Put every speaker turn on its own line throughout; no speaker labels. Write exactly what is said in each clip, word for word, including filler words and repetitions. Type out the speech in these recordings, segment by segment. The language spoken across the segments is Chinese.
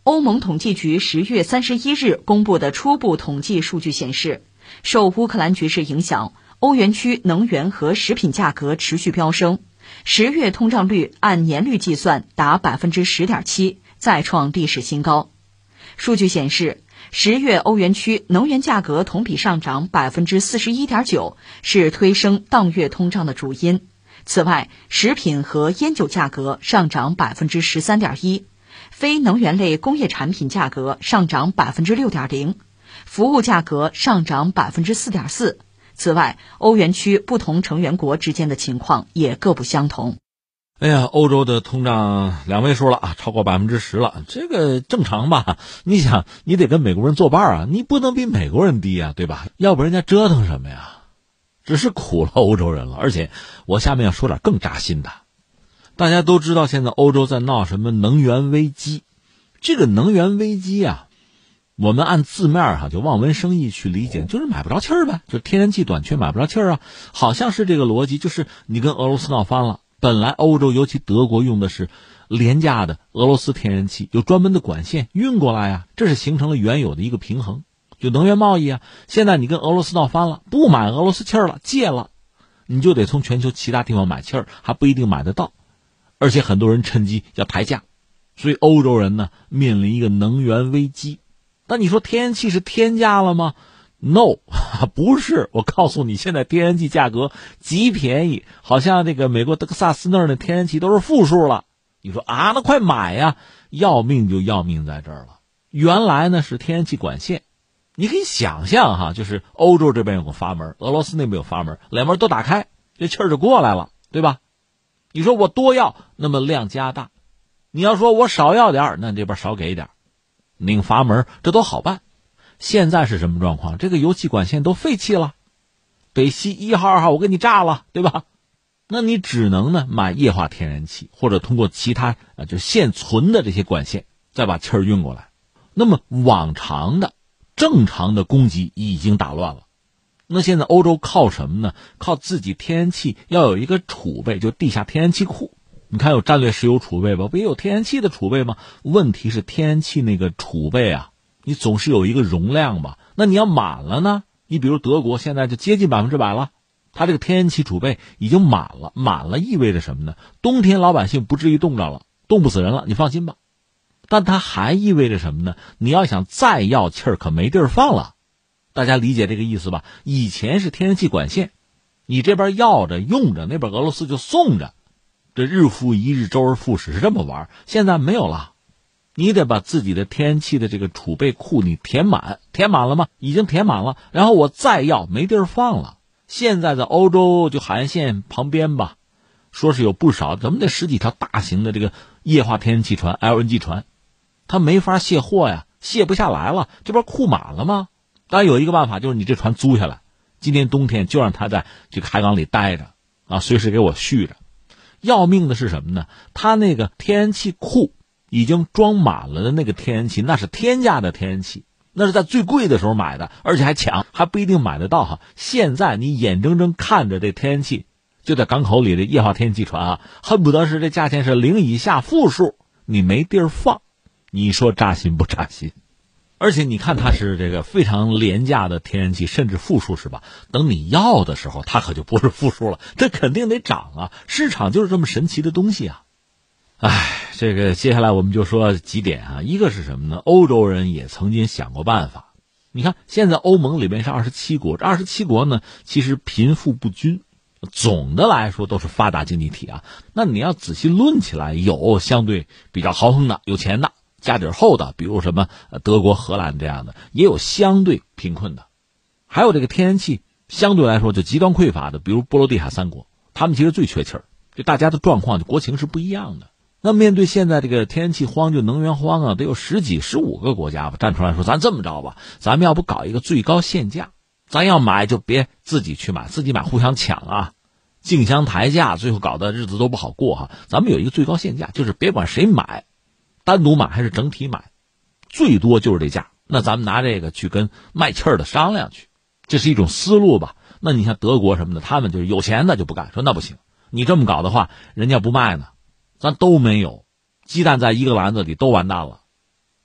欧盟统计局十月三十一日公布的初步统计数据显示，受乌克兰局势影响，欧元区能源和食品价格持续飙升，十月通胀率按年率计算达 百分之十点七， 再创历史新高。数据显示，十月欧元区能源价格同比上涨 百分之四十一点九， 是推升当月通胀的主因。此外，食品和烟酒价格上涨 百分之十三点一， 非能源类工业产品价格上涨 百分之六点零， 服务价格上涨 百分之四点四。 此外，欧元区不同成员国之间的情况也各不相同。
哎呀，欧洲的通胀两位数了啊，超过百分之十了，这个正常吧？你想，你得跟美国人作伴啊，你不能比美国人低啊，对吧？要不人家折腾什么呀？只是苦了欧洲人了。而且我下面要说点更扎心的。大家都知道现在欧洲在闹什么能源危机，这个能源危机啊，我们按字面哈、啊、就望文生义去理解，就是买不着气儿呗，就天然气短缺买不着气儿啊，好像是这个逻辑。就是你跟俄罗斯闹翻了，本来欧洲尤其德国用的是廉价的俄罗斯天然气，有专门的管线运过来啊，这是形成了原有的一个平衡，就能源贸易啊。现在你跟俄罗斯闹翻了，不买俄罗斯气儿了，戒了，你就得从全球其他地方买气儿，还不一定买得到，而且很多人趁机要抬价，所以欧洲人呢面临一个能源危机。但你说天然气是天价了吗？ No， 不是。我告诉你，现在天然气价格极便宜，好像这个美国德克萨斯那儿的天然气都是负数了。你说啊，那快买呀！要命就要命在这儿了。原来呢是天然气管线，你可以想象哈，就是欧洲这边有个阀门，俄罗斯那边有阀门，两边都打开，这气儿就过来了，对吧？你说我多要，那么量加大；你要说我少要点，那这边少给点，拧阀门这都好办。现在是什么状况？这个油气管线都废弃了，北溪一号二号我给你炸了，对吧？那你只能呢买液化天然气，或者通过其他啊就现存的这些管线再把气儿运过来。那么往常的正常的供给已经打乱了，那现在欧洲靠什么呢？靠自己天然气要有一个储备，就地下天然气库。你看有战略石油储备吧，不也有天然气的储备吗？问题是天然气那个储备啊，你总是有一个容量吧，那你要满了呢？你比如德国现在就接近百分之百了，它这个天然气储备已经满了，满了意味着什么呢？冬天老百姓不至于冻着了，冻不死人了，你放心吧。但它还意味着什么呢？你要想再要气儿，可没地儿放了。大家理解这个意思吧？以前是天然气管线，你这边要着用着，那边俄罗斯就送着，这日复一日，周而复始，是这么玩。现在没有了。你得把自己的天然气的这个储备库你填满，填满了吗？已经填满了，然后我再要没地儿放了。现在在欧洲就海岸线旁边吧，说是有不少，怎么得十几条大型的这个液化天然气船 L N G 船，它没法卸货呀，卸不下来了，这边库满了吗？当然有一个办法，就是你这船租下来，今年冬天就让它在这个海港里待着啊，随时给我续着。要命的是什么呢？它那个天然气库已经装满了的那个天然气，那是天价的天然气，那是在最贵的时候买的，而且还抢，还不一定买得到哈。现在你眼睁睁看着这天然气就在港口里的液化天然气船啊，恨不得是这价钱是零以下负数，你没地儿放，你说扎心不扎心？而且你看它是这个非常廉价的天然气，甚至负数是吧？等你要的时候，它可就不是负数了，这肯定得涨啊！市场就是这么神奇的东西啊！唉，这个接下来我们就说几点啊，一个是什么呢？欧洲人也曾经想过办法。你看，现在欧盟里面是二十七国，这二十七国呢，其实贫富不均，总的来说都是发达经济体啊。那你要仔细论起来，有相对比较豪横的、有钱的。家底厚的，比如什么德国、荷兰这样的，也有相对贫困的，还有这个天然气相对来说就极端匮乏的，比如波罗的海三国，他们其实最缺气儿，就大家的状况、就国情是不一样的。那面对现在这个天然气荒，就能源荒啊，得有十几、十五个国家吧站出来说，咱这么着吧，咱们要不搞一个最高限价，咱要买就别自己去买，自己买互相抢啊，竞相抬价，最后搞得日子都不好过哈。咱们有一个最高限价，就是别管谁买。单独买还是整体买，最多就是这价。那咱们拿这个去跟卖气儿的商量去，这是一种思路吧。那你像德国什么的，他们就是有钱的就不干，说那不行，你这么搞的话，人家不卖呢，咱都没有，鸡蛋在一个篮子里都完蛋了。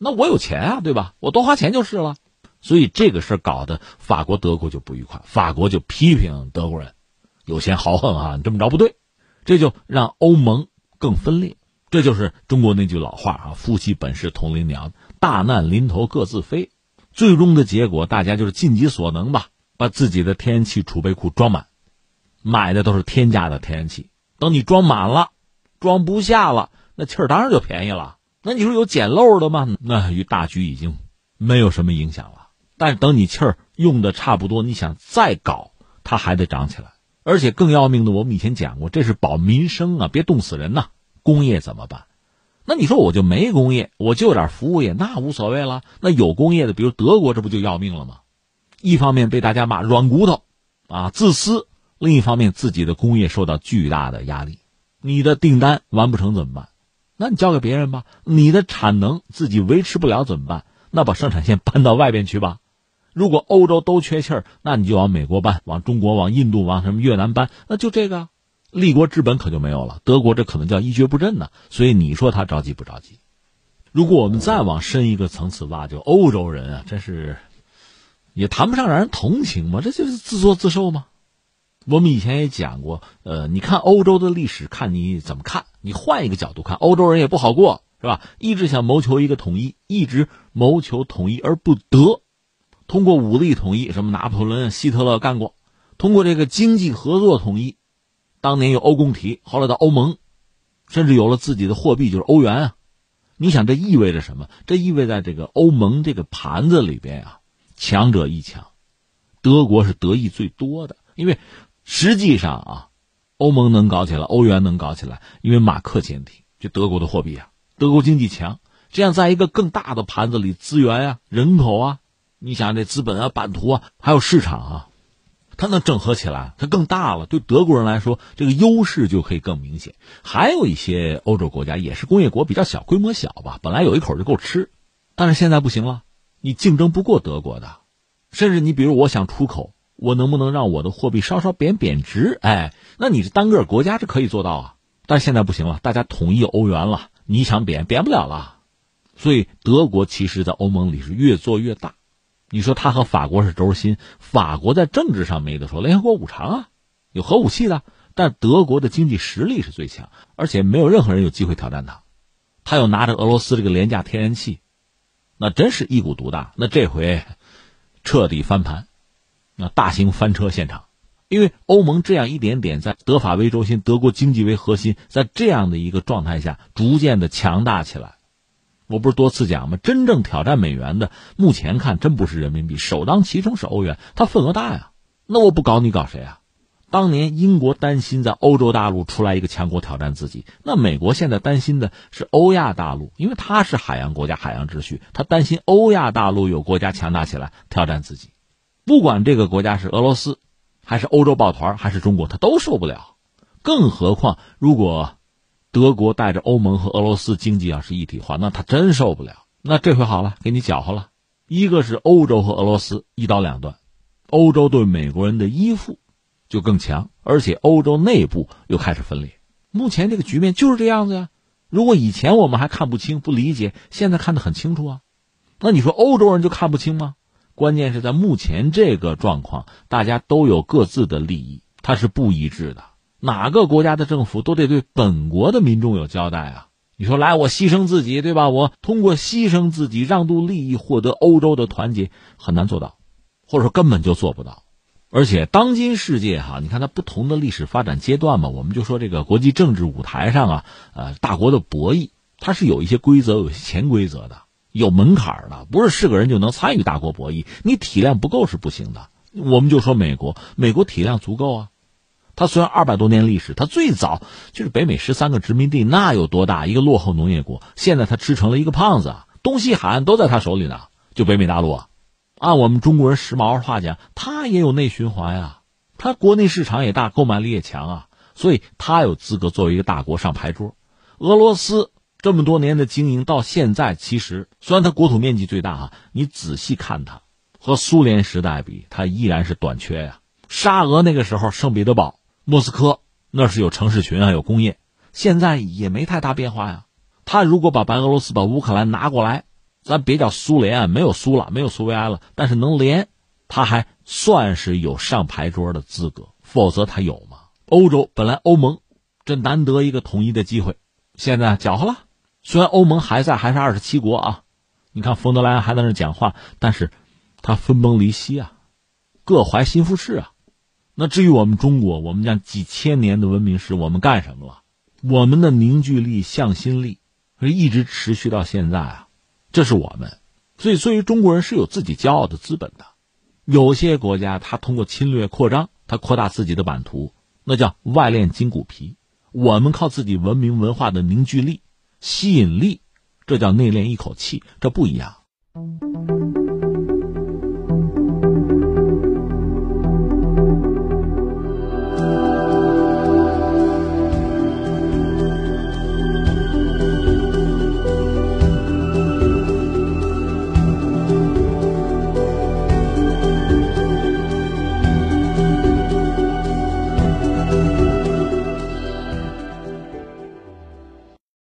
那我有钱啊，对吧？我多花钱就是了。所以这个事儿搞得法国德国就不愉快，法国就批评德国人有些豪横啊，你这么着不对，这就让欧盟更分裂。这就是中国那句老话啊，夫妻本是同林鸟，大难临头各自飞。最终的结果大家就是尽己所能吧，把自己的天然气储备库装满，买的都是天价的天然气。等你装满了，装不下了，那气儿当然就便宜了。那你说有捡漏的吗？那与大局已经没有什么影响了。但是等你气儿用的差不多，你想再搞，它还得涨起来。而且更要命的，我们以前讲过，这是保民生啊，别冻死人呐。工业怎么办？那你说我就没工业，我就有点服务业，那无所谓了。那有工业的，比如德国，这不就要命了吗？一方面被大家骂软骨头啊，自私，另一方面自己的工业受到巨大的压力，你的订单完不成怎么办？那你交给别人吧。你的产能自己维持不了怎么办？那把生产线搬到外边去吧。如果欧洲都缺气儿，那你就往美国搬，往中国、往印度、往什么越南搬，那就这个立国之本可就没有了。德国这可能叫一蹶不振呢。所以你说他着急不着急？如果我们再往深一个层次挖，就欧洲人啊，真是也谈不上让人同情嘛，这就是自作自受吗？我们以前也讲过，呃，你看欧洲的历史，看你怎么看。你换一个角度看，欧洲人也不好过，是吧？一直想谋求一个统一，一直谋求统一而不得。通过武力统一，什么拿破仑、希特勒干过；通过这个经济合作统一，当年有欧共体，后来到欧盟，甚至有了自己的货币，就是欧元啊。你想这意味着什么？这意味着这个欧盟这个盘子里边啊，强者一强，德国是得益最多的。因为实际上啊，欧盟能搞起来，欧元能搞起来，因为马克坚挺，就德国的货币啊，德国经济强，这样在一个更大的盘子里，资源啊、人口啊，你想这资本啊、版图啊，还有市场啊，它能整合起来，它更大了。对德国人来说，这个优势就可以更明显。还有一些欧洲国家也是工业国，比较小，规模小吧，本来有一口就够吃，但是现在不行了，你竞争不过德国的。甚至你比如我想出口，我能不能让我的货币稍稍贬贬值？哎，那你是单个国家是可以做到啊，但是现在不行了，大家统一欧元了，你想贬贬不了了。所以德国其实在欧盟里是越做越大。你说他和法国是轴心，法国在政治上没得说，联合国五常啊，有核武器的，但德国的经济实力是最强，而且没有任何人有机会挑战他。他又拿着俄罗斯这个廉价天然气，那真是一股独大。那这回彻底翻盘，那大型翻车现场。因为欧盟这样一点点在德法为中心，德国经济为核心，在这样的一个状态下逐渐的强大起来。我不是多次讲吗？真正挑战美元的，目前看真不是人民币，首当其冲是欧元，它份额大呀。那我不搞你搞谁啊？当年英国担心在欧洲大陆出来一个强国挑战自己，那美国现在担心的是欧亚大陆，因为它是海洋国家，海洋秩序，它担心欧亚大陆有国家强大起来挑战自己。不管这个国家是俄罗斯，还是欧洲抱团，还是中国，它都受不了。更何况如果德国带着欧盟和俄罗斯经济要是一体化，那他真受不了。那这回好了，给你搅和了。一个是欧洲和俄罗斯一刀两断，欧洲对美国人的依附就更强，而且欧洲内部又开始分裂。目前这个局面就是这样子呀。如果以前我们还看不清、不理解，现在看得很清楚啊。那你说欧洲人就看不清吗？关键是在目前这个状况，大家都有各自的利益，它是不一致的。哪个国家的政府都得对本国的民众有交代啊！你说来，我牺牲自己，对吧？我通过牺牲自己让渡利益获得欧洲的团结，很难做到，或者说根本就做不到。而且当今世界哈，你看它不同的历史发展阶段嘛，我们就说这个国际政治舞台上啊，呃，大国的博弈，它是有一些规则、有一些潜规则的，有门槛的，不是是个人就能参与大国博弈，你体量不够是不行的。我们就说美国，美国体量足够啊。它虽然二百多年历史，它最早就是北美十三个殖民地，那有多大一个落后农业国？现在它吃成了一个胖子啊，东西海岸都在他手里呢，就北美大陆啊。按我们中国人时髦话讲，他也有内循环呀，他国内市场也大，购买力也强啊，所以他有资格作为一个大国上牌桌。俄罗斯这么多年的经营到现在，其实虽然它国土面积最大哈，你仔细看它和苏联时代比，它依然是短缺呀。沙俄那个时候圣彼得堡、莫斯科那是有城市群啊，有工业，现在也没太大变化呀。他如果把白俄罗斯、把乌克兰拿过来， 咱别叫苏联，没有苏了，没有苏维埃了，但是能连，他还算是有上牌桌的资格，否则他有吗？欧洲本来欧盟这难得一个统一的机会，现在搅和了。虽然欧盟还在，还是二十七国啊，你看冯德莱恩还在那讲话，但是他分崩离析啊，各怀心腹事啊。那至于我们中国，我们讲几千年的文明史，我们干什么了？我们的凝聚力、向心力是一直持续到现在啊，这是我们。所以作为中国人是有自己骄傲的资本的。有些国家他通过侵略扩张，他扩大自己的版图，那叫外练筋骨皮。我们靠自己文明文化的凝聚力、吸引力，这叫内练一口气，这不一样。